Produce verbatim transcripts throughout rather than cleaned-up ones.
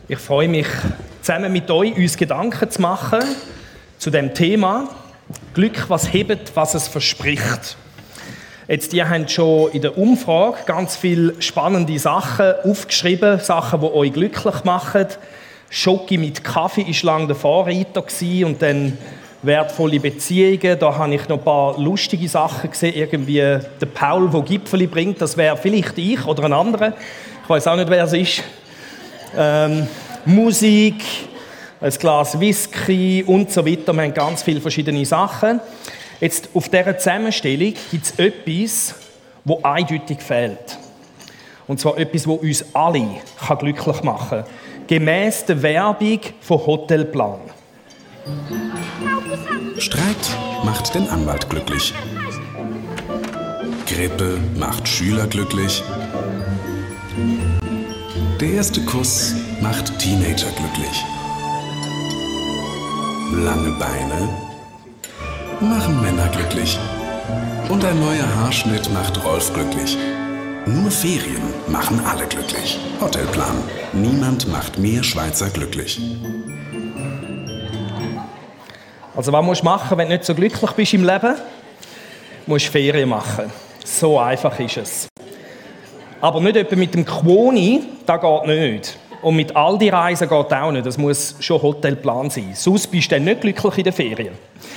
Ich freue mich, zusammen mit euch uns Gedanken zu machen zu dem Thema Glück, was hebt, was es verspricht. Jetzt, die haben schon in der Umfrage ganz viele spannende Sachen aufgeschrieben, Sachen, die euch glücklich machen. Schoki mit Kaffee war lange der Vorreiter und dann wertvolle Beziehungen. Da habe ich noch ein paar lustige Sachen gesehen, irgendwie der Paul, der Gipfeli bringt, das wäre vielleicht ich oder ein anderer. Ich weiß auch nicht, wer es ist. Ähm, Musik, ein Glas Whisky und so weiter. Wir haben ganz viele verschiedene Sachen. Jetzt auf dieser Zusammenstellung gibt es etwas, das eindeutig fehlt. Und zwar etwas, das uns alle glücklich machen kann. Gemäss der Werbung von Hotelplan. Streit macht den Anwalt glücklich. Grippe macht Schüler glücklich. Der erste Kuss macht Teenager glücklich. Lange Beine machen Männer glücklich. Und ein neuer Haarschnitt macht Rolf glücklich. Nur Ferien machen alle glücklich. Hotelplan. Niemand macht mehr Schweizer glücklich. Also was musst du machen, wenn du nicht so glücklich bist im Leben? Du musst Ferien machen. So einfach ist es. Aber nicht etwa mit dem Quoni, das geht nicht. Und mit Aldi-Reisen geht auch nicht. Das muss schon Hotelplan sein. Sonst bist du dann nicht glücklich in den Ferien.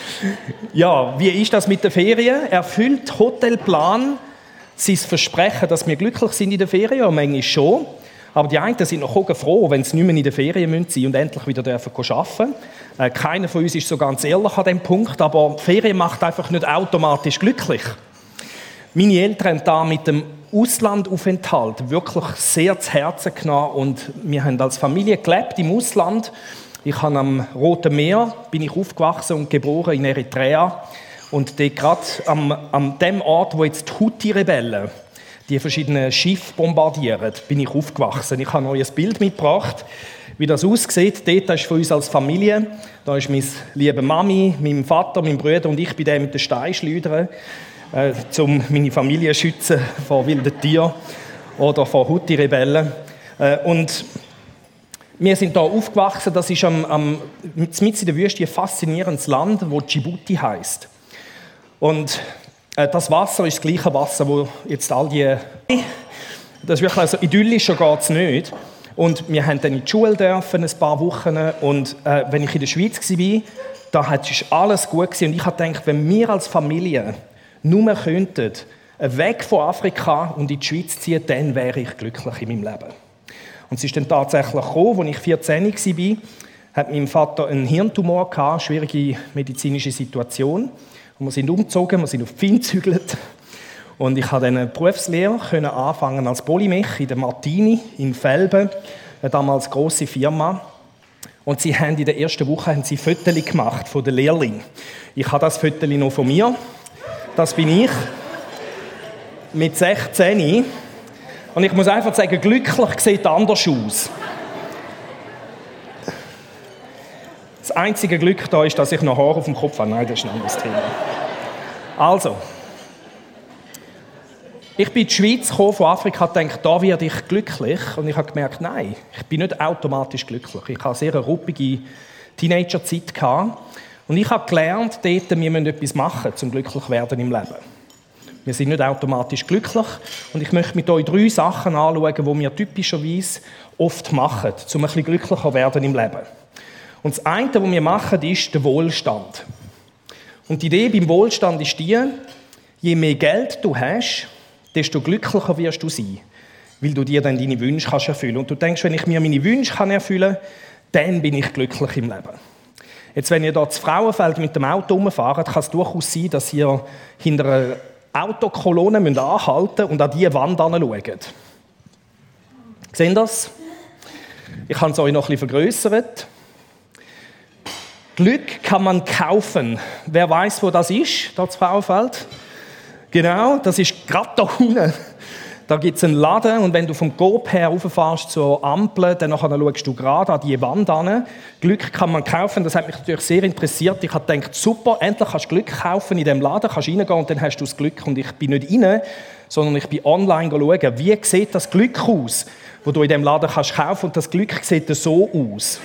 Ja, wie ist das mit den Ferien? Erfüllt Hotelplan sein Versprechen, dass wir glücklich sind in den Ferien? Ja, manchmal schon. Aber die einen sind noch froh, wenn sie nicht mehr in den Ferien sein müssen und endlich wieder arbeiten dürfen. Äh, keiner von uns ist so ganz ehrlich an diesem Punkt, aber die Ferien macht einfach nicht automatisch glücklich. Meine Eltern haben da mit dem Auslandaufenthalt wirklich sehr zu Herzen genommen und wir haben als Familie gelebt im Ausland. Ich habe am Roten Meer bin ich aufgewachsen und geboren in Eritrea und dort gerade am, an dem Ort, wo jetzt die Houthi-Rebellen die verschiedenen Schiffe bombardieren, bin ich aufgewachsen. Ich habe euch ein Bild mitgebracht, wie das aussieht. Dort ist für uns als Familie, da ist meine liebe Mami, mein Vater, mein Bruder und ich bei dem mit den Steinschleudern, äh, um meine Familie zu schützen vor wilden Tieren oder vor Houthi-Rebellen. Äh, und wir sind hier aufgewachsen, das ist am, am, mitten in der Wüste ein faszinierendes Land, das Djibouti heisst. Und äh, das Wasser ist das gleiche Wasser, wo jetzt all die... Das ist wirklich also idyllischer geht es nicht. Und wir haben dann in die Schule dürfen, ein paar Wochen. Und äh, wenn ich in der Schweiz war, da war alles gut gewesen. Und ich habe gedacht, wenn wir als Familie nur könnten, weg von Afrika und in die Schweiz ziehen, dann wäre ich glücklich in meinem Leben. Und es ist dann tatsächlich gekommen, als ich vierzehn war, hat mein Vater einen Hirntumor gehabt, schwierige medizinische Situation. Und wir sind umgezogen, wir sind auf Pfinn gezügelt. Und ich konnte eine Berufslehre anfangen als Polymech in der Martini in Velben, eine damals grosse Firma. Und sie haben in der ersten Woche haben sie Fotos gemacht von den Lehrlingen. Ich habe das Foto noch von mir. Das bin ich mit sechzehn. Und ich muss einfach sagen, glücklich sieht anders aus. Das einzige Glück da ist, dass ich noch Haare auf dem Kopf habe. Nein, das ist ein anderes Thema. Also, ich bin in die Schweiz gekommen, von Afrika, und dachte, da werde ich glücklich. Und ich habe gemerkt, nein, ich bin nicht automatisch glücklich. Ich hatte eine sehr ruppige Teenagerzeit. Und ich habe gelernt, dort, wir müssen etwas machen, um glücklich zu werden im Leben. Wir sind nicht automatisch glücklich. Und ich möchte mit euch drei Sachen anschauen, die wir typischerweise oft machen, um ein bisschen glücklicher zu werden im Leben. Und das eine, was wir machen, ist der Wohlstand. Und die Idee beim Wohlstand ist die, je mehr Geld du hast, desto glücklicher wirst du sein, weil du dir dann deine Wünsche kannst erfüllen kannst. Und du denkst, wenn ich mir meine Wünsche kann erfüllen kann, dann bin ich glücklich im Leben. Jetzt, wenn ihr hier zu Frauenfeld mit dem Auto rumfahrt, kann es durchaus sein, dass ihr hinter einer Autokolonne anhalten müsst und an diese Wand hinschaut. Seht ihr das? Ich habe es euch noch ein bisschen vergrössert. Glück kann man kaufen. Wer weiß, wo das ist, da zu Frauenfeld? Genau, das ist gerade da unten. Da gibt es einen Laden und wenn du vom Coop her rauffährst zur Ampel, dann schaust du gerade an die Wand an. Glück kann man kaufen, das hat mich natürlich sehr interessiert. Ich habe gedacht, super, endlich kannst du Glück kaufen in diesem Laden, kannst reingehen und dann hast du das Glück. Und ich bin nicht rein, sondern ich bin online schauen, wie sieht das Glück aus, das du in diesem Laden kannst kaufen, und das Glück sieht so aus.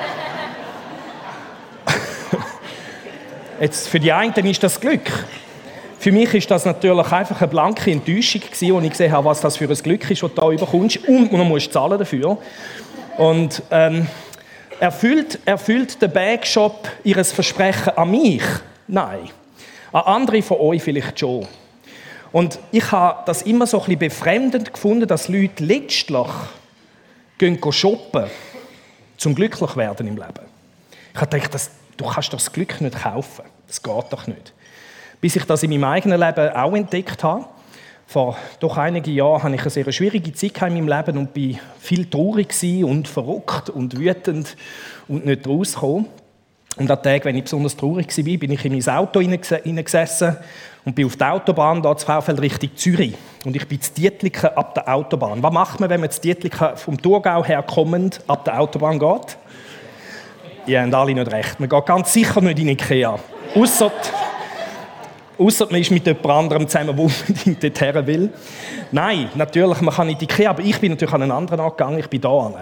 Jetzt, für die einen ist das Glück. Für mich ist das natürlich einfach eine blanke Enttäuschung gewesen, als ich gesehen habe, was das für ein Glück ist, das du da bekommst, und man muss zahlen dafür. Und ähm, erfüllt, erfüllt der Bagshop ihr Versprechen an mich? Nein. An andere von euch vielleicht schon. Und ich habe das immer so ein bisschen befremdend gefunden, dass Leute letztlich gehen shoppen, zum glücklich werden im Leben. Ich habe gedacht, das, du kannst das Glück nicht kaufen. Das geht doch nicht. Bis ich das in meinem eigenen Leben auch entdeckt habe. Vor doch einigen Jahren hatte ich eine sehr schwierige Zeit in meinem Leben und war viel traurig und verrückt und wütend und nicht rausgekommen. Und an Tagen, wenn ich besonders traurig war, bin ich in mein Auto hineingesessen und bin auf der Autobahn, da zu VfL Richtung Zürich. Und ich bin zu Dietliken ab der Autobahn. Was macht man, wenn man zu Dietliken vom Thurgau her kommend ab der Autobahn geht? Ihr habt alle nicht recht. Man geht ganz sicher nicht in Ikea. Ausser Ausser man ist mit jemand anderem zusammen, der unbedingt dorthin will. Nein, natürlich, man kann nicht in die Ikea, aber ich bin natürlich an einen anderen angegangen, ich bin da an.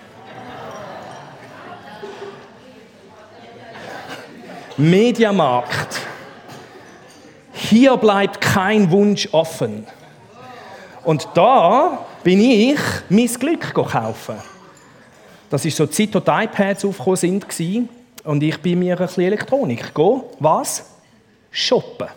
Mediamarkt. Hier bleibt kein Wunsch offen. Und da bin ich mein Glück kaufen. Das ist so die Zeit, wo die iPads aufgekommen sind. Und ich bin mir ein bisschen Elektronik. Go, was? Shoppen.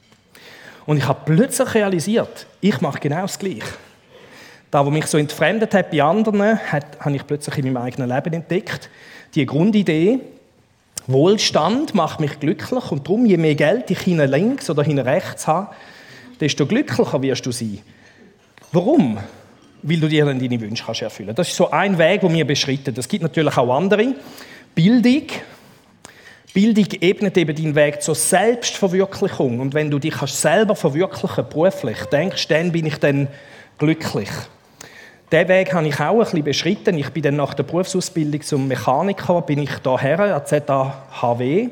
Und ich habe plötzlich realisiert, ich mache genau das Gleiche. Das, was mich so entfremdet hat bei anderen, hat, habe ich plötzlich in meinem eigenen Leben entdeckt. Die Grundidee, Wohlstand macht mich glücklich, und darum, je mehr Geld ich hinten links oder hinten rechts habe, desto glücklicher wirst du sein. Warum? Weil du dir dann deine Wünsche kannst erfüllen kannst. Das ist so ein Weg, den wir beschreiten. Es gibt natürlich auch andere. Bildung. Bildung ebnet eben deinen Weg zur Selbstverwirklichung. Und wenn du dich selber verwirklichen beruflich denkst, dann bin ich dann glücklich. Diesen Weg habe ich auch ein bisschen beschritten. Ich bin dann nach der Berufsausbildung zum Mechaniker bin ich hierher an Z A H W.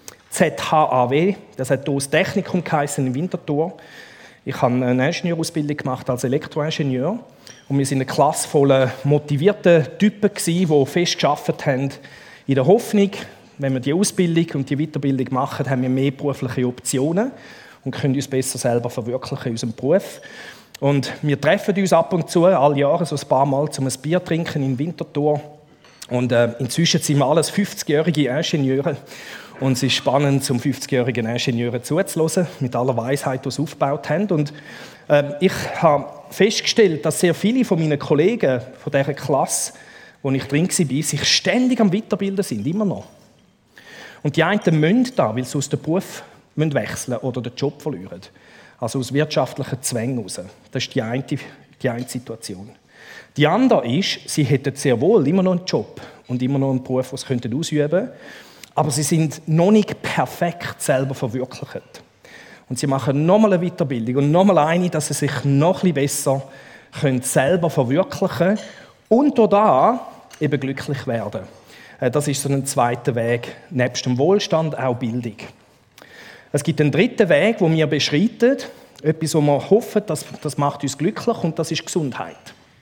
Z H A W, das hat hier das Technikum geheißen in Winterthur. Ich habe eine Ingenieurausbildung gemacht als Elektroingenieur. Und wir waren eine Klasse voller motivierter Typen, die fest gearbeitet haben, in der Hoffnung, wenn wir die Ausbildung und die Weiterbildung machen, haben wir mehr berufliche Optionen und können uns besser selber verwirklichen in unserem Beruf. Und wir treffen uns ab und zu, alle Jahre, so ein paar Mal, zum ein Bier trinken in Winterthur. Und äh, inzwischen sind wir alles fünfzigjährige Ingenieure. Und es ist spannend, zum fünfzigjährigen Ingenieuren zuzuhören, mit aller Weisheit, die sie aufgebaut haben. Und äh, ich habe festgestellt, dass sehr viele von meinen Kollegen von dieser Klasse, wo ich drin war, sich ständig am Weiterbilden sind, immer noch. Und die einen müssen da, weil sie aus dem Beruf wechseln oder den Job verlieren. Also aus wirtschaftlichen Zwängen heraus. Das ist die eine, die eine Situation. Die andere ist, sie hätten sehr wohl immer noch einen Job und immer noch einen Beruf, den sie ausüben könnten. Aber sie sind noch nicht perfekt selber verwirklicht. Und sie machen nochmal eine Weiterbildung und nochmal eine, dass sie sich noch ein bisschen besser können selber verwirklichen können und durch das eben glücklich werden. Das ist so ein zweiter Weg, nebst dem Wohlstand auch Bildung. Es gibt einen dritten Weg, den wir beschreiten, etwas, wo wir hoffen, dass das macht uns glücklich, und das ist Gesundheit.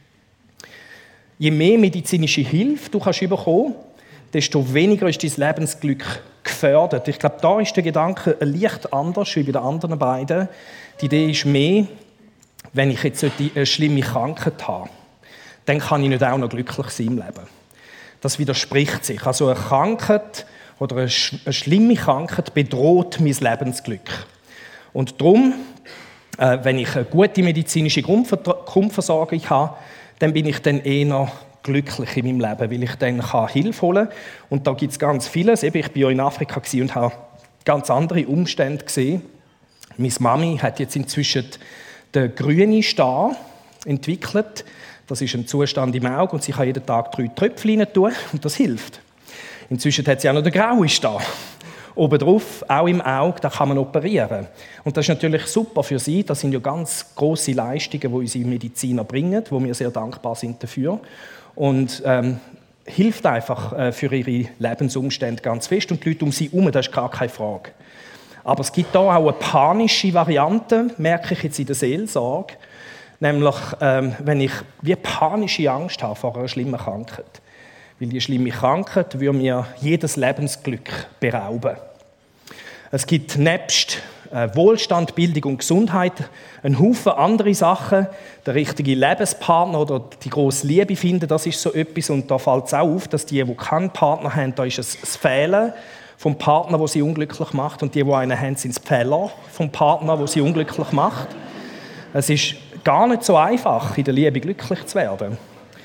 Je mehr medizinische Hilfe du kannst bekommen, desto weniger ist dein Lebensglück gefördert. Ich glaube, da ist der Gedanke ein leicht anders wie bei den anderen beiden. Die Idee ist mehr, wenn ich jetzt eine schlimme Krankheit habe, dann kann ich nicht auch noch glücklich sein im Leben. Das widerspricht sich. Also eine Krankheit oder eine, sch- eine schlimme Krankheit bedroht mein Lebensglück. Und darum, äh, wenn ich eine gute medizinische Grundver- Grundversorgung habe, dann bin ich dann eher glücklich in meinem Leben, weil ich dann Hilfe holen kann. Und da gibt es ganz vieles. Ich war ja in Afrika und habe ganz andere Umstände gesehen. Meine Mami hat jetzt inzwischen den grünen Star entwickelt. Das ist ein Zustand im Auge und sie kann jeden Tag drei Tröpfchen rein tun und das hilft. Inzwischen hat sie auch noch den grauen Star. Obendrauf, auch im Auge, da kann man operieren. Und das ist natürlich super für sie. Das sind ja ganz grosse Leistungen, die unsere Mediziner bringen, wo wir sehr dankbar sind dafür. Und ähm, hilft einfach äh, für ihre Lebensumstände ganz fest. Und die Leute um sie herum, das ist gar keine Frage. Aber es gibt auch eine panische Variante, merke ich jetzt in der Seelsorge. Nämlich, ähm, wenn ich wie panische Angst habe vor einer schlimmen Krankheit. Weil die schlimme Krankheit würde mir jedes Lebensglück berauben. Es gibt nebst äh, Wohlstand, Bildung und Gesundheit einen Haufen andere Sachen. Der richtige Lebenspartner oder die grosse Liebe finden, das ist so etwas. Und da fällt es auch auf, dass die, die keinen Partner haben, da ist es das Fehlen vom Partner, der sie unglücklich macht. Und die, die einen haben, sind das Fehler vom Partner, der sie unglücklich macht. Es ist gar nicht so einfach, in der Liebe glücklich zu werden.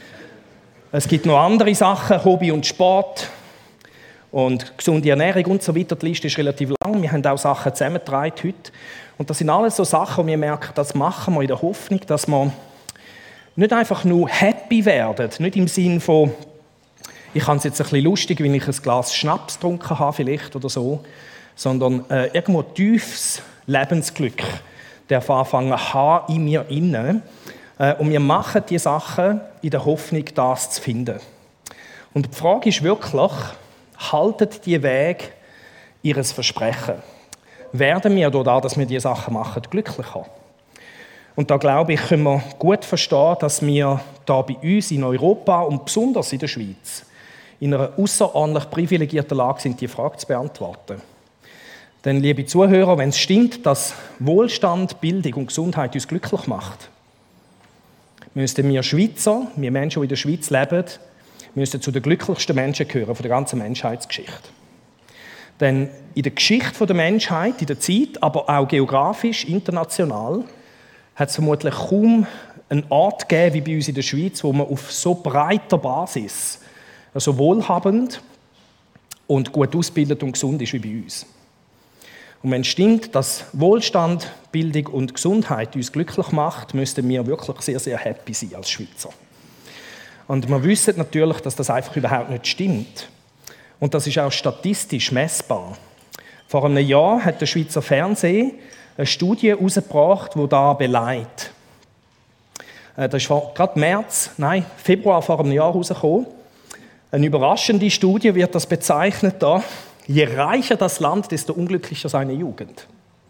Es gibt noch andere Sachen, Hobby und Sport und gesunde Ernährung und so weiter. Die Liste ist relativ lang. Wir haben auch Sachen zusammengetragen heute. Und das sind alles so Sachen, wo wir merken, das machen wir in der Hoffnung, dass wir nicht einfach nur happy werden, nicht im Sinn von, ich habe es jetzt ein bisschen lustig, wenn ich ein Glas Schnaps getrunken habe vielleicht oder so, sondern äh, irgendwo tiefes Lebensglück darf anfangen haben in mir innen. Äh, und wir machen diese Sachen in der Hoffnung, das zu finden. Und die Frage ist wirklich, halten die Weg ihres Versprechen? Werden wir dadurch, dass wir diese Sachen machen, glücklicher? Und da glaube ich, können wir gut verstehen, dass wir da bei uns in Europa und besonders in der Schweiz in einer außerordentlich privilegierten Lage sind, die Frage zu beantworten. Denn, liebe Zuhörer, wenn es stimmt, dass Wohlstand, Bildung und Gesundheit uns glücklich macht, müssten wir Schweizer, wir Menschen, die in der Schweiz leben, müssten zu den glücklichsten Menschen gehören von der ganzen Menschheitsgeschichte. Denn in der Geschichte der Menschheit, in der Zeit, aber auch geografisch, international, hat es vermutlich kaum einen Ort gegeben wie bei uns in der Schweiz, wo man auf so breiter Basis, also wohlhabend und gut ausgebildet und gesund ist wie bei uns. Und wenn es stimmt, dass Wohlstand, Bildung und Gesundheit uns glücklich macht, müssten wir wirklich sehr, sehr happy sein als Schweizer. Und wir wissen natürlich, dass das einfach überhaupt nicht stimmt. Und das ist auch statistisch messbar. Vor einem Jahr hat der Schweizer Fernsehen eine Studie herausgebracht, die das beleidigt. Das ist gerade März, nein, Februar vor einem Jahr herausgekommen. Eine überraschende Studie wird das bezeichnet da. Je reicher das Land, desto unglücklicher seine Jugend.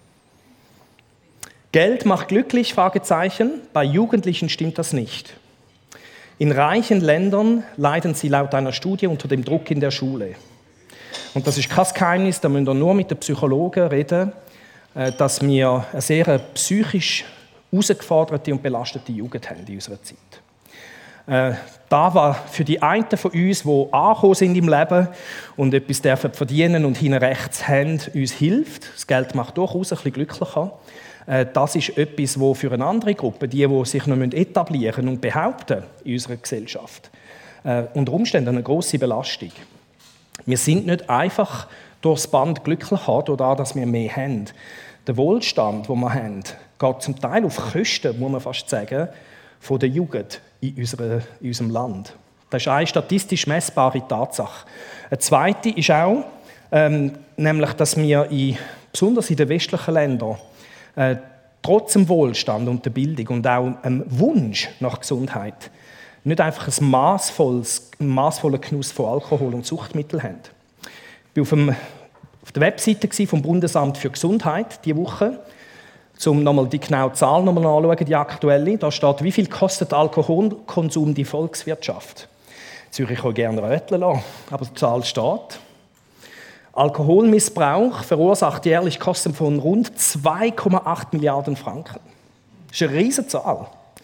Geld macht glücklich, Fragezeichen. Bei Jugendlichen stimmt das nicht. In reichen Ländern leiden sie laut einer Studie unter dem Druck in der Schule. Und das ist kein Geheimnis, da müssen wir nur mit den Psychologen reden, dass wir eine sehr psychisch herausgeforderte und belastete Jugend haben in unserer Zeit. Äh, da war für die einen von uns, die angekommen sind im Leben und etwas dürfen verdienen und hinten rechts haben, uns hilft. Das Geld macht durchaus ein bisschen glücklicher. Äh, das ist etwas, das für eine andere Gruppe, die, die sich noch etablieren und behaupten in unserer Gesellschaft, äh, unter Umständen eine grosse Belastung. Wir sind nicht einfach durchs Band glücklicher, dadurch, dass wir mehr haben. Der Wohlstand, den wir haben, geht zum Teil auf Kosten, muss man fast sagen, von der Jugend in, unserer, in unserem Land. Das ist eine statistisch messbare Tatsache. Eine zweite ist auch, ähm, nämlich, dass wir in, besonders in den westlichen Ländern äh, trotz dem Wohlstand und der Bildung und auch einem Wunsch nach Gesundheit nicht einfach ein massvolles, einen massvollen Genuss von Alkohol und Suchtmitteln haben. Ich war auf, dem, auf der Webseite vom Bundesamt für Gesundheit diese Woche, um nochmal die genaue Zahl nochmal anzuschauen, die aktuelle. Da steht, wie viel kostet Alkoholkonsum die Volkswirtschaft. Jetzt würde ich auch gerne röteln lassen, aber die Zahl steht. Alkoholmissbrauch verursacht jährlich Kosten von rund zwei Komma acht Milliarden Franken. Das ist eine riesige Zahl.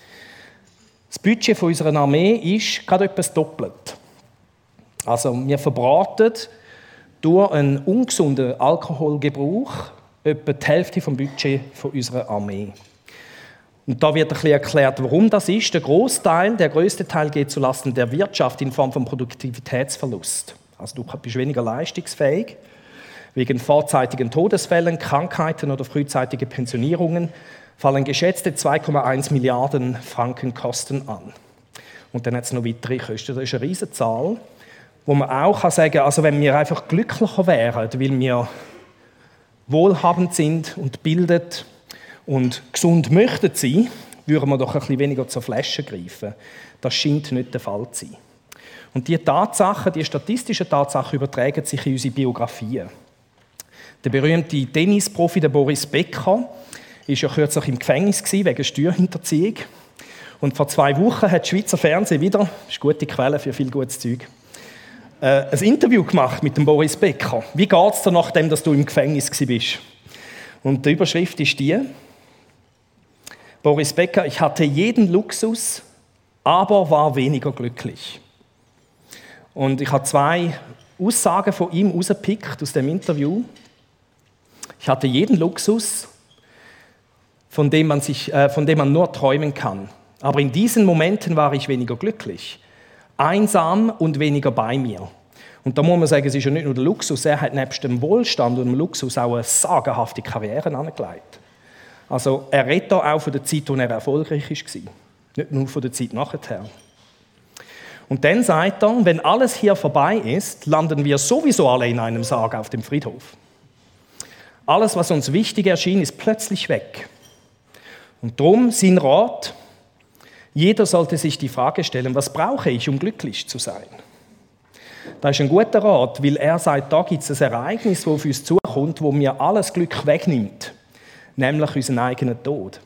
Das Budget unserer Armee ist gerade etwas doppelt. Also wir verbraten durch einen ungesunden Alkoholgebrauch etwa die Hälfte vom Budget unserer Armee. Und da wird ein bisschen erklärt, warum das ist. Der Großteil, der größte Teil geht zulasten der Wirtschaft in Form von Produktivitätsverlust. Also du bist weniger leistungsfähig. Wegen vorzeitigen Todesfällen, Krankheiten oder frühzeitigen Pensionierungen fallen geschätzte zwei Komma eins Milliarden Franken Kosten an. Und dann hat es noch weitere Kosten. Das ist eine riesige Zahl, wo man auch sagen kann, also wenn wir einfach glücklicher wären, weil wir wohlhabend sind und bildet und gesund möchten sein, würden wir doch ein bisschen weniger zur Flasche greifen. Das scheint nicht der Fall zu sein. Und diese Tatsachen, die statistischen Tatsachen übertragen sich in unsere Biografien. Der berühmte Tennisprofi, der Boris Becker, war ja kürzlich im Gefängnis wegen Steuerhinterziehung. Und vor zwei Wochen hat das Schweizer Fernsehen wieder, das ist eine gute Quelle für viel gutes Zeug, äh, ein Interview gemacht mit dem Boris Becker. Wie geht es dir, nachdem dass du im Gefängnis bist? Und die Überschrift ist die: Boris Becker, ich hatte jeden Luxus, aber war weniger glücklich. Und ich habe zwei Aussagen von ihm herausgepickt aus dem Interview. Ich hatte jeden Luxus, von dem man, sich, äh, von dem man nur träumen kann. Aber in diesen Momenten war ich weniger glücklich, einsam und weniger bei mir. Und da muss man sagen, es ist ja nicht nur der Luxus, er hat nebst dem Wohlstand und dem Luxus auch eine sagenhafte Karriere angelegt. Also er redet da auch von der Zeit, in der er erfolgreich war, nicht nur von der Zeit nachher. Und dann sagt er, wenn alles hier vorbei ist, landen wir sowieso alle in einem Sarg auf dem Friedhof. Alles, was uns wichtig erschien, ist plötzlich weg. Und darum sein Rat: Jeder sollte sich die Frage stellen, was brauche ich, um glücklich zu sein? Das ist ein guter Rat, weil er sagt, da gibt es ein Ereignis, das auf uns zukommt, wo mir alles Glück wegnimmt, nämlich unseren eigenen Tod.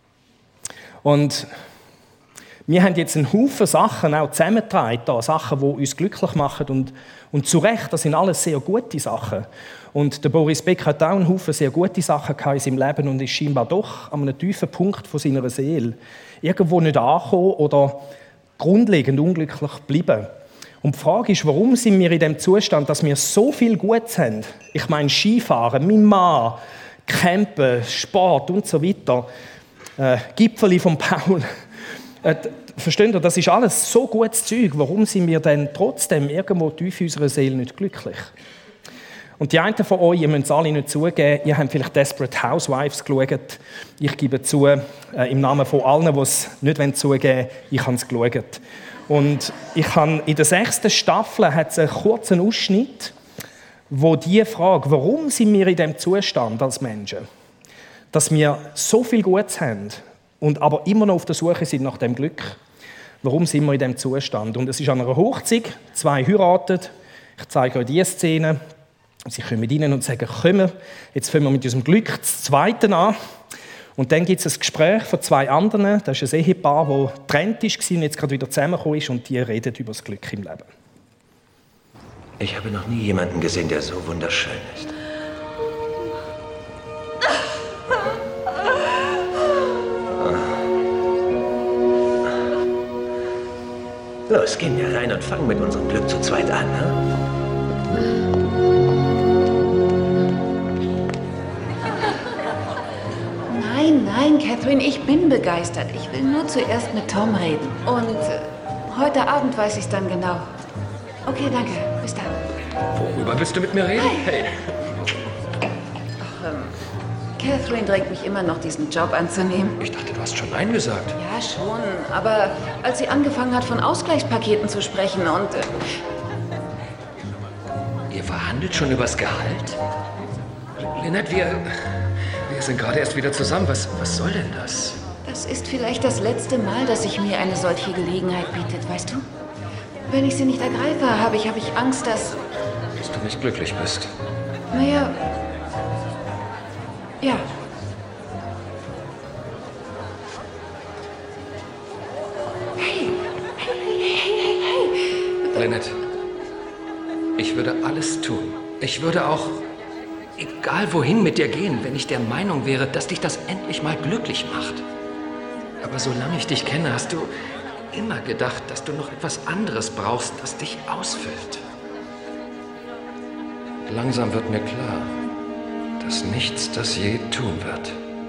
Und wir haben jetzt einen Haufen Sachen auch zusammengetragen, Sachen, die uns glücklich machen. Und, und zu Recht, das sind alles sehr gute Sachen. Und der Boris Becker hat auch einen Haufen sehr gute Sachen in seinem Leben und ist scheinbar doch an einem tiefen Punkt von seiner Seele irgendwo nicht angekommen oder grundlegend unglücklich geblieben. Und die Frage ist, warum sind wir in dem Zustand, dass wir so viel Gutes haben? Ich meine Skifahren, mein Mann, Campen, Sport und so weiter, äh, Gipfeli von Paul. Äh, versteht ihr, das ist alles so gutes Zeug. Warum sind wir denn trotzdem irgendwo tief in unserer Seele nicht glücklich? Und die einen von euch, ihr müsst es alle nicht zugeben, ihr habt vielleicht Desperate Housewives geschaut. Ich gebe zu, äh, im Namen von allen, die es nicht zugeben wollen, ich habe es geschaut. Und ich habe in der sechsten Staffel hat es einen kurzen Ausschnitt, wo die Frage, warum sind wir in diesem Zustand als Menschen, dass wir so viel Gutes haben und aber immer noch auf der Suche sind nach dem Glück. Warum sind wir in diesem Zustand? Und es ist an einer Hochzeit, zwei heiraten. Ich zeige euch diese Szene. Sie kommen rein und sagen, komm, jetzt fangen wir mit unserem Glück das Zweite an. Und dann gibt es ein Gespräch von zwei anderen. Das ist ein Ehepaar, das getrennt war und jetzt gerade wieder zusammengekommen ist. Und die reden über das Glück im Leben. Ich habe noch nie jemanden gesehen, der so wunderschön ist. Los, gehen wir rein und fangen mit unserem Glück zu zweit an, ne? Nein, nein, Catherine, ich bin begeistert. Ich will nur zuerst mit Tom reden. Und äh, heute Abend weiß ich es dann genau. Okay, danke. Bis dann. Worüber willst du mit mir reden? Hey. Ach, ähm, Catherine drängt mich immer noch, diesen Job anzunehmen. Ich dachte, du hast schon Nein gesagt. Ja, schon. Aber als sie angefangen hat, von Ausgleichspaketen zu sprechen und... Äh, Ihr verhandelt schon übers Gehalt? Lynette, wir... Wir sind gerade erst wieder zusammen. Was, was soll denn das? Das ist vielleicht das letzte Mal, dass sich mir eine solche Gelegenheit bietet, weißt du? Wenn ich sie nicht ergreife, habe ich, habe ich Angst, dass... Dass du nicht glücklich bist. Naja... Ja. Hey! Hey, hey, hey, hey, hey! Lynette, ich würde alles tun. Ich würde auch... egal wohin mit dir gehen, wenn ich der Meinung wäre, dass dich das endlich mal glücklich macht. Aber solange ich dich kenne, hast du immer gedacht, dass du noch etwas anderes brauchst, das dich ausfüllt. Langsam wird mir klar, dass nichts das je tun wird.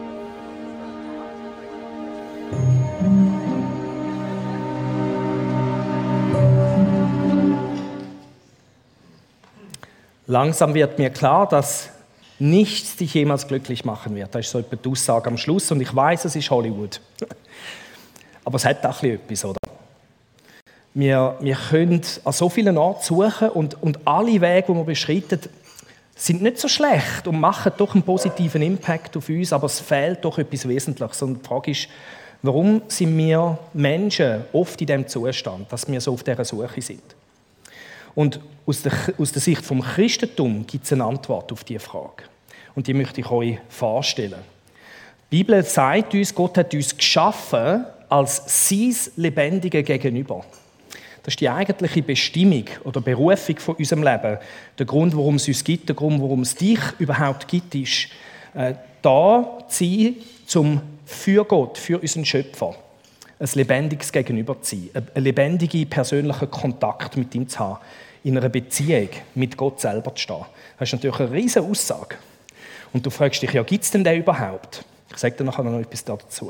Langsam wird mir klar, dass nichts dich jemals glücklich machen wird. Das ist so etwa die Aussage am Schluss. Und ich weiß, es ist Hollywood. Aber es hat auch etwas, oder? Wir, wir können an so vielen Orten suchen und, und alle Wege, die wir beschreiten, sind nicht so schlecht und machen doch einen positiven Impact auf uns, aber es fehlt doch etwas Wesentliches. Und die Frage ist, warum sind wir Menschen oft in diesem Zustand, dass wir so auf dieser Suche sind? Und aus der, aus der Sicht vom Christentum gibt es eine Antwort auf diese Frage. Und die möchte ich euch vorstellen. Die Bibel sagt uns, Gott hat uns geschaffen als sein lebendiges Gegenüber. Das ist die eigentliche Bestimmung oder Berufung von unserem Leben. Der Grund, warum es uns gibt, der Grund, warum es dich überhaupt gibt, ist, äh, da zu sein, zum für Gott, für unseren Schöpfer, ein lebendiges Gegenüber zu sein, einen lebendigen persönlichen Kontakt mit ihm zu haben, in einer Beziehung mit Gott selber zu stehen. Das ist natürlich eine riesige Aussage. Und du fragst dich, ja, gibt es denn den überhaupt? Ich sage dir nachher noch etwas dazu.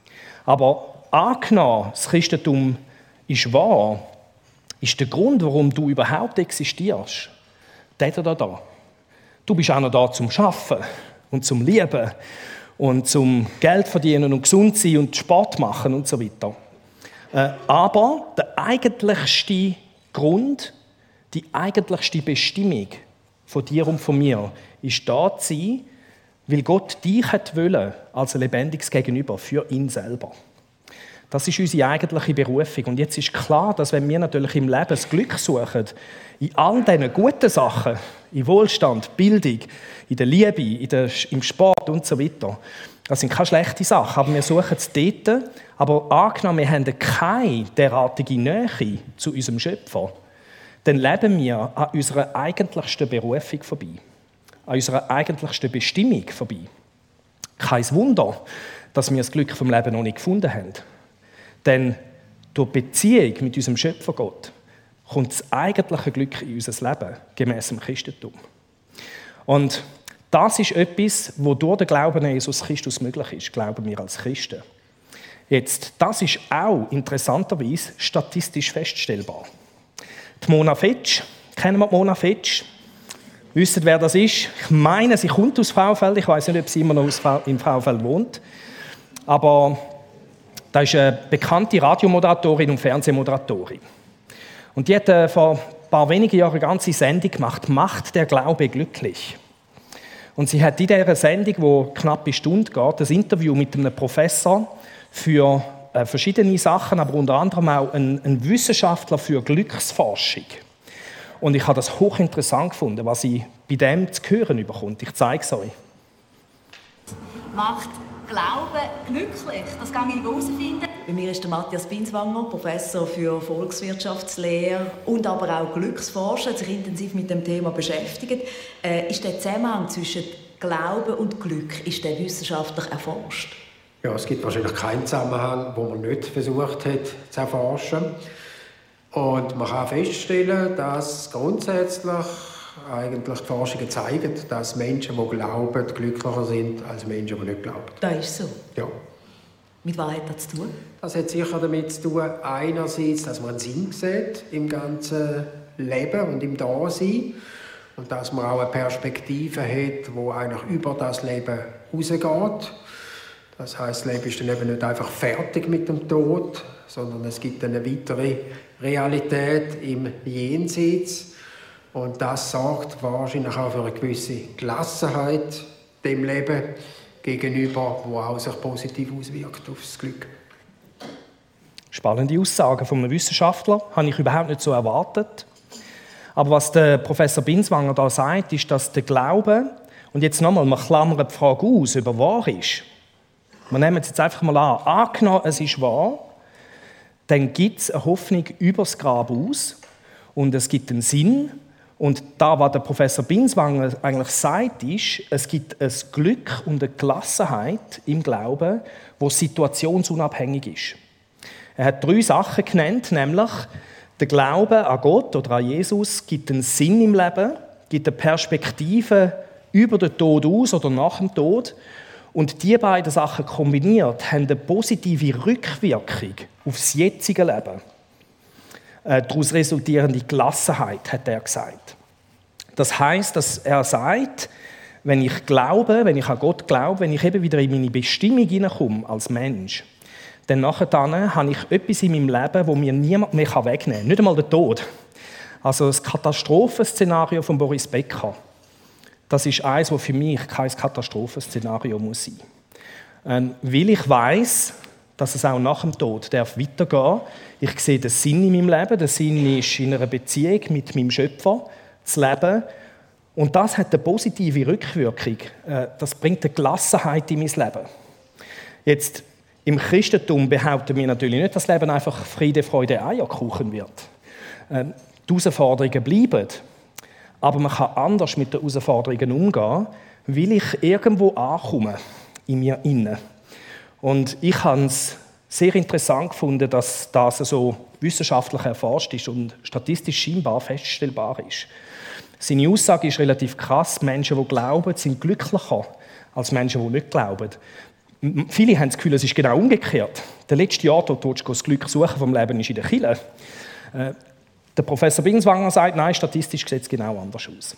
Aber angenommen, das Christentum ist wahr, ist der Grund, warum du überhaupt existierst, der da da. Du bist auch noch da zum Arbeiten und zum Lieben und zum Geld verdienen und gesund sein und Sport machen und so weiter. Äh, aber der eigentlichste Grund, die eigentlichste Bestimmung von dir und von mir ist da zu sein, weil Gott dich hat wollen als ein lebendiges Gegenüber für ihn selber. Das ist unsere eigentliche Berufung. Und jetzt ist klar, dass wenn wir natürlich im Leben das Glück suchen, in all diesen guten Sachen, in Wohlstand, Bildung, in der Liebe, in der, im Sport und so weiter, das sind keine schlechten Sachen, aber wir suchen es dort. Aber angenommen, wir haben keine derartige Nähe zu unserem Schöpfer, dann leben wir an unserer eigentlichsten Berufung vorbei, an unserer eigentlichsten Bestimmung vorbei. Kein Wunder, dass wir das Glück vom Leben noch nicht gefunden haben. Denn durch die Beziehung mit unserem Schöpfer Gott kommt das eigentliche Glück in unser Leben, gemäss dem Christentum. Und das ist etwas, was durch den Glauben an Jesus Christus möglich ist, glauben wir als Christen. Jetzt, das ist auch interessanterweise statistisch feststellbar. Die Mona Fetsch, kennen wir die Mona Fetsch? Wisst ihr, wer das ist? Ich meine, sie kommt aus Frauenfeld. Ich weiß nicht, ob sie immer noch in Frauenfeld wohnt. Aber das ist eine bekannte Radiomoderatorin und Fernsehmoderatorin. Und die hat vor ein paar wenigen Jahren eine ganze Sendung gemacht, «Macht der Glaube glücklich?». Und sie hat in dieser Sendung, die knapp eine Stunde geht, ein Interview mit einem Professor für äh, verschiedene Sachen, aber unter anderem auch ein, ein Wissenschaftler für Glücksforschung. Und ich habe das hochinteressant gefunden, was sie bei dem zu hören bekommt. Ich zeige es euch. Macht Glaube glücklich? Das kann ich herausfinden. Bei mir ist der Matthias Binswanger, Professor für Volkswirtschaftslehre und aber auch Glücksforscher, sich intensiv mit dem Thema beschäftigt. Äh, ist der Zusammenhang zwischen Glaube und Glück, ist der wissenschaftlich erforscht? Ja, es gibt wahrscheinlich keinen Zusammenhang, den man nicht versucht hat zu erforschen. Und man kann feststellen, dass grundsätzlich eigentlich die Forschungen zeigen, dass Menschen, die glauben, glücklicher sind als Menschen, die nicht glauben. Das ist so? Ja. Mit was hat das zu tun? Das hat sicher damit zu tun, einerseits, dass man einen Sinn sieht im ganzen Leben und im Dasein. Und dass man auch eine Perspektive hat, die eigentlich über das Leben hinausgeht. Das heisst, das Leben ist dann eben nicht einfach fertig mit dem Tod, sondern es gibt eine weitere Realität im Jenseits. Und das sorgt wahrscheinlich auch für eine gewisse Gelassenheit dem Leben gegenüber, die auch sich positiv auswirkt auf das Glück. Spannende Aussagen von einem Wissenschaftler, habe ich überhaupt nicht so erwartet. Aber was der Professor Binswanger da sagt, ist, dass der Glaube, und jetzt nochmal, wir klammern die Frage aus, ob er wahr ist. Wir nehmen es jetzt einfach mal an. Angenommen, es ist wahr, dann gibt es eine Hoffnung über das Grab aus und es gibt einen Sinn. Und da, was der Professor Binswanger eigentlich sagt, ist, es gibt ein Glück und eine Gelassenheit im Glauben, die situationsunabhängig ist. Er hat drei Sachen genannt, nämlich der Glaube an Gott oder an Jesus gibt einen Sinn im Leben, gibt eine Perspektive über den Tod aus oder nach dem Tod. Und diese beiden Sachen kombiniert haben eine positive Rückwirkung auf das jetzige Leben. Daraus resultierende Gelassenheit, hat er gesagt. Das heisst, dass er sagt, wenn ich glaube, wenn ich an Gott glaube, wenn ich eben wieder in meine Bestimmung hineinkomme als Mensch, dann nachher habe ich etwas in meinem Leben, das mir niemand mehr wegnehmen kann. Nicht einmal der Tod. Also das Katastrophenszenario von Boris Becker, das ist eines, das für mich kein Katastrophenszenario muss sein. Ähm, weil ich weiss, dass es auch nach dem Tod darf weitergehen darf. Ich sehe den Sinn in meinem Leben. Der Sinn ist, in einer Beziehung mit meinem Schöpfer zu leben Und das hat eine positive Rückwirkung. Das bringt eine Gelassenheit in mein Leben. Jetzt, im Christentum behaupten wir natürlich nicht, dass das Leben einfach Friede, Freude, Eierkuchen wird. Die Herausforderungen bleiben. Aber man kann anders mit den Herausforderungen umgehen, weil ich irgendwo ankomme, in mir innen. Und ich habe es sehr interessant gefunden, dass das so wissenschaftlich erforscht ist und statistisch scheinbar feststellbar ist. Seine Aussage ist relativ krass. Menschen, die glauben, sind glücklicher als Menschen, die nicht glauben. Viele haben das Gefühl, es ist genau umgekehrt. Der letzte Ort, wo du das Glück suchen vom Leben, ist in der Kirche. Äh, der Professor Binswanger sagt, nein, statistisch sieht es genau anders aus.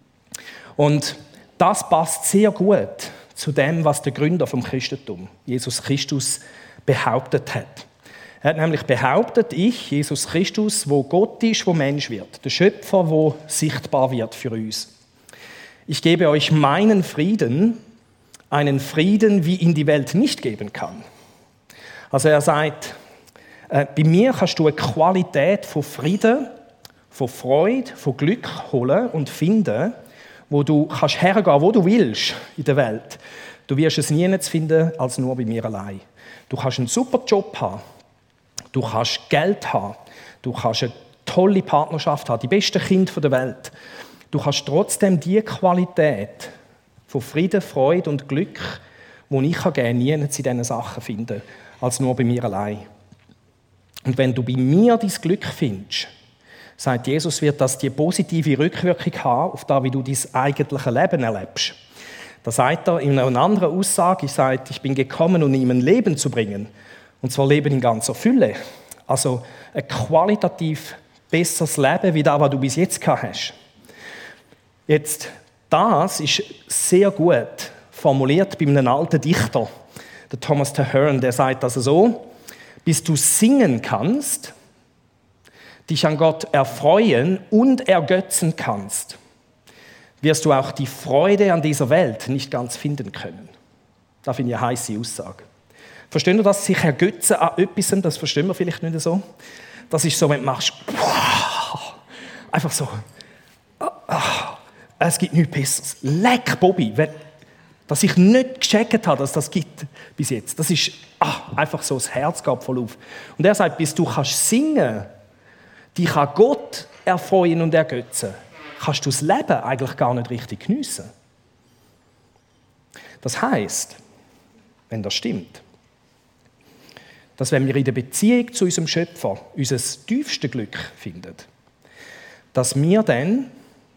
Und das passt sehr gut zu dem, was der Gründer vom Christentum, Jesus Christus, behauptet hat. Er hat nämlich behauptet, ich, Jesus Christus, wo Gott ist, wo Mensch wird, der Schöpfer, wo sichtbar wird für uns. Ich gebe euch meinen Frieden, einen Frieden, wie ihn die Welt nicht geben kann. Also er sagt, äh, bei mir kannst du eine Qualität von Frieden, von Freude, von Glück holen und finden, wo du kannst hergehen, wo du willst in der Welt. Du wirst es nie finden, als nur bei mir allein. Du kannst einen super Job haben. Du kannst Geld haben, du kannst eine tolle Partnerschaft haben, die besten Kinder der Welt. Du kannst trotzdem die Qualität von Frieden, Freude und Glück, die ich gerne nie in diesen Sachen finden, als nur bei mir allein. Und wenn du bei mir dein Glück findest, sagt Jesus, wird das die positive Rückwirkung haben auf das, wie du dein eigentliches Leben erlebst. Da sagt er in einer anderen Aussage, er sagt, ich bin gekommen, um ihm ein Leben zu bringen. Und zwar Leben in ganzer Fülle. Also ein qualitativ besseres Leben, wie das, was du bis jetzt gehabt hast. Jetzt, das ist sehr gut formuliert bei einem alten Dichter, der Thomas Traherne, der sagt also so, bis du singen kannst, dich an Gott erfreuen und ergötzen kannst, wirst du auch die Freude an dieser Welt nicht ganz finden können. Das finde ich eine heisse Aussage. Verstehen ihr das? Sich ergötzen an etwas, das verstehen wir vielleicht nicht so. Das ist so, wenn du machst, einfach so, es gibt nichts Besseres. Leck, Bobby, dass ich nicht gecheckt habe, dass das gibt bis jetzt. Das ist ah, einfach so, das Herz geht voll auf. Und er sagt, bis du kannst singen, dich an Gott erfreuen und ergötzen, kannst du das Leben eigentlich gar nicht richtig geniessen. Das heisst, wenn das stimmt, dass wenn wir in der Beziehung zu unserem Schöpfer unser tiefstes Glück finden, dass wir dann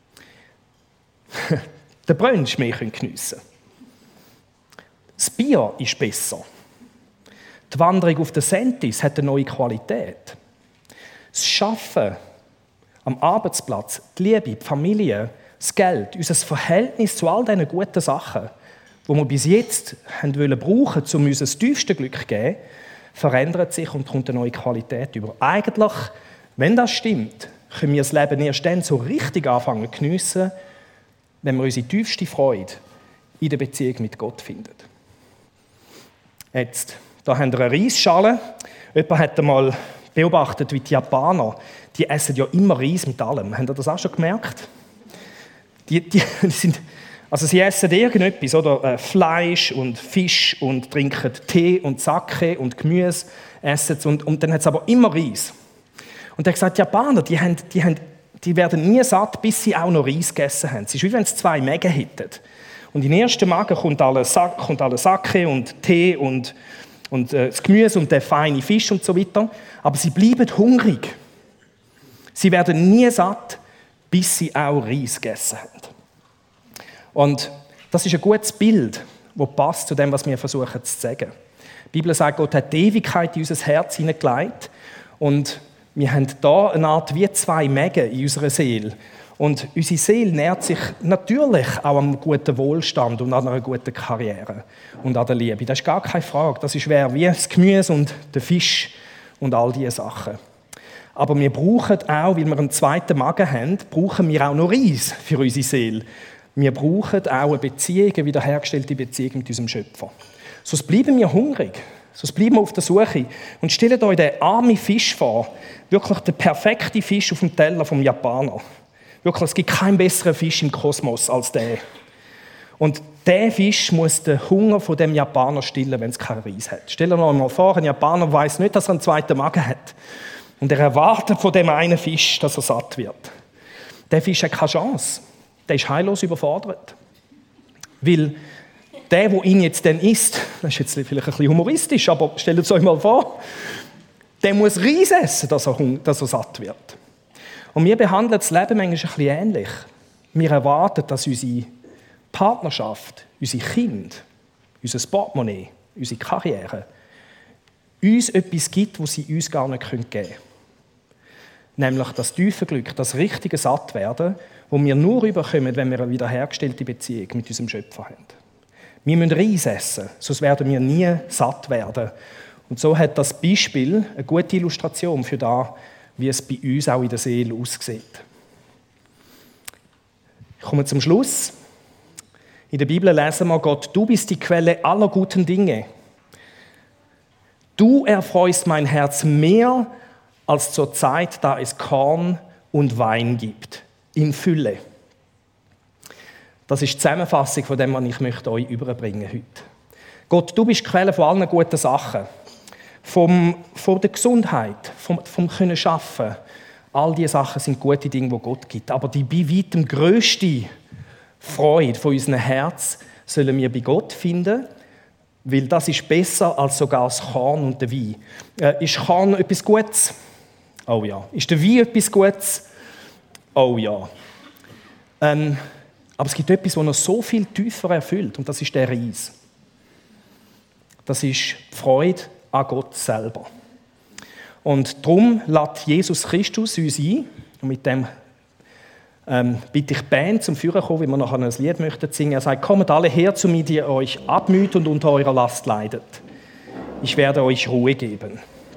den Brunch mehr geniessen können. Das Bier ist besser. Die Wanderung auf den Sentis hat eine neue Qualität. Das Arbeiten am Arbeitsplatz, die Liebe, die Familie, das Geld, unser Verhältnis zu all diesen guten Sachen, die wir bis jetzt haben wollen brauchen, um uns das tiefste Glück zu geben, verändert sich und kommt eine neue Qualität über. Eigentlich, wenn das stimmt, können wir das Leben erst dann so richtig anfangen zu geniessen, wenn wir unsere tiefste Freude in der Beziehung mit Gott finden. Jetzt, da haben wir eine Reisschale. Jemand hat einmal beobachtet, wie die Japaner, die essen ja immer Reis mit allem. Habt ihr das auch schon gemerkt? Die, die, die sind, also sie essen irgendetwas, oder? Äh, Fleisch und Fisch und trinken Tee und Sake und Gemüse essen und, und dann hat es aber immer Reis. Und er hat gesagt, die Japaner, die, haben, die, haben, die werden nie satt, bis sie auch noch Reis gegessen haben. Es ist wie wenn sie zwei Mägen hätten. Und in den ersten Magen kommt alle, Sa- kommt alle Sake und Tee und, und äh, das Gemüse und der feine Fisch und so weiter. Aber sie bleiben hungrig. Sie werden nie satt, bis sie auch Reis gegessen haben. Und das ist ein gutes Bild, das passt zu dem, was wir versuchen zu sagen. Die Bibel sagt, Gott hat die Ewigkeit in unser Herz hineingelegt und wir haben da eine Art wie zwei Mägen in unserer Seele. Und unsere Seele nährt sich natürlich auch am guten Wohlstand und an einer guten Karriere und an der Liebe. Das ist gar keine Frage. Das ist wie das Gemüse und der Fisch und all diese Sachen. Aber wir brauchen auch, weil wir einen zweiten Magen haben, brauchen wir auch noch Reis für unsere Seele. Wir brauchen auch eine Beziehung, eine wiederhergestellte Beziehung mit unserem Schöpfer. Sonst bleiben wir hungrig. Sonst bleiben wir auf der Suche. Und stellt euch den armen Fisch vor. Wirklich der perfekte Fisch auf dem Teller vom Japaner. Wirklich, es gibt keinen besseren Fisch im Kosmos als der. Und der Fisch muss den Hunger von dem Japaner stillen, wenn es keinen Reis hat. Stell dir noch einmal vor, ein Japaner weiß nicht, dass er einen zweiten Magen hat. Und er erwartet von dem einen Fisch, dass er satt wird. Der Fisch hat keine Chance. Der ist heillos überfordert. Weil der, der ihn jetzt dann isst, das ist jetzt vielleicht ein bisschen humoristisch, aber stellt es euch mal vor, der muss Reis essen, dass er, dass er satt wird. Und wir behandeln das Leben manchmal ein bisschen ähnlich. Wir erwarten, dass unsere Partnerschaft, unsere Kinder, unser Portemonnaie, unsere Karriere uns etwas gibt, was sie uns gar nicht geben können. Nämlich das tiefe Glück, das richtige Sattwerden, das wir nur überkommen, wenn wir eine wiederhergestellte Beziehung mit unserem Schöpfer haben. Wir müssen Reis essen, sonst werden wir nie satt werden. Und so hat das Beispiel eine gute Illustration für das, wie es bei uns auch in der Seele aussieht. Ich komme zum Schluss. In der Bibel lesen wir, Gott, du bist die Quelle aller guten Dinge. Du erfreust mein Herz mehr als zur Zeit, da es Korn und Wein gibt, in Fülle. Das ist die Zusammenfassung von dem, was ich möchte euch überbringen heute. Gott, du bist die Quelle von allen guten Sachen. Vom, von der Gesundheit, vom, vom Können arbeiten. All diese Sachen sind gute Dinge, die Gott gibt. Aber die bei weitem grösste Freude von unserem Herz sollen wir bei Gott finden, weil das ist besser als sogar das Korn und der Wein. Äh, ist Korn etwas Gutes? Oh ja. Ist der Wein etwas Gutes? Oh ja. Ähm, aber es gibt etwas, das noch so viel tiefer erfüllt, und das ist der Reis. Das ist die Freude an Gott selber. Und darum lädt Jesus Christus uns ein, und mit dem ähm, bitte ich die Band zum Führen kommen, wie wir nachher ein Lied möchten singen. Er sagt, kommt alle her zu mir, die euch abmüht und unter eurer Last leidet. Ich werde euch Ruhe geben.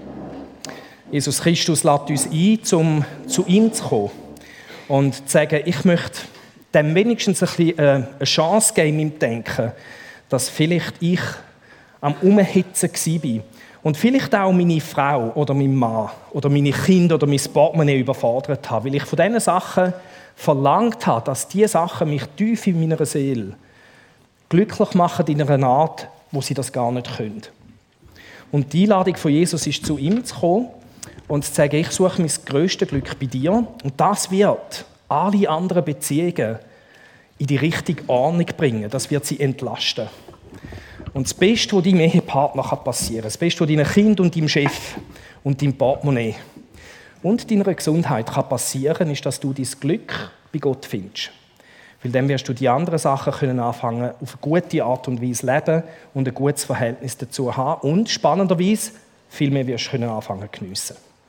Jesus Christus lädt uns ein, um zu ihm zu kommen und zu sagen, ich möchte dem wenigstens ein bisschen eine Chance geben im Denken, dass vielleicht ich am Umhitzen war und vielleicht auch meine Frau oder mein Mann oder meine Kinder oder mein Portemonnaie überfordert habe, weil ich von diesen Sachen verlangt habe, dass diese Sachen mich tief in meiner Seele glücklich machen in einer Art, wo sie das gar nicht können. Und die Einladung von Jesus ist, zu ihm zu kommen und zu sagen, ich suche mein grösstes Glück bei dir, und das wird alle anderen Beziehungen in die richtige Ordnung bringen. Das wird sie entlasten. Und das Beste, was deinem Ehepartner passieren kann, das Beste, was deinen Kindern und deinem Chef und deinem Portemonnaie und deiner Gesundheit kann passieren, ist, dass du dein Glück bei Gott findest. Weil dann wirst du die anderen Sachen können anfangen, auf eine gute Art und Weise leben und ein gutes Verhältnis dazu haben und spannenderweise viel mehr wirst du können anfangen geniessen.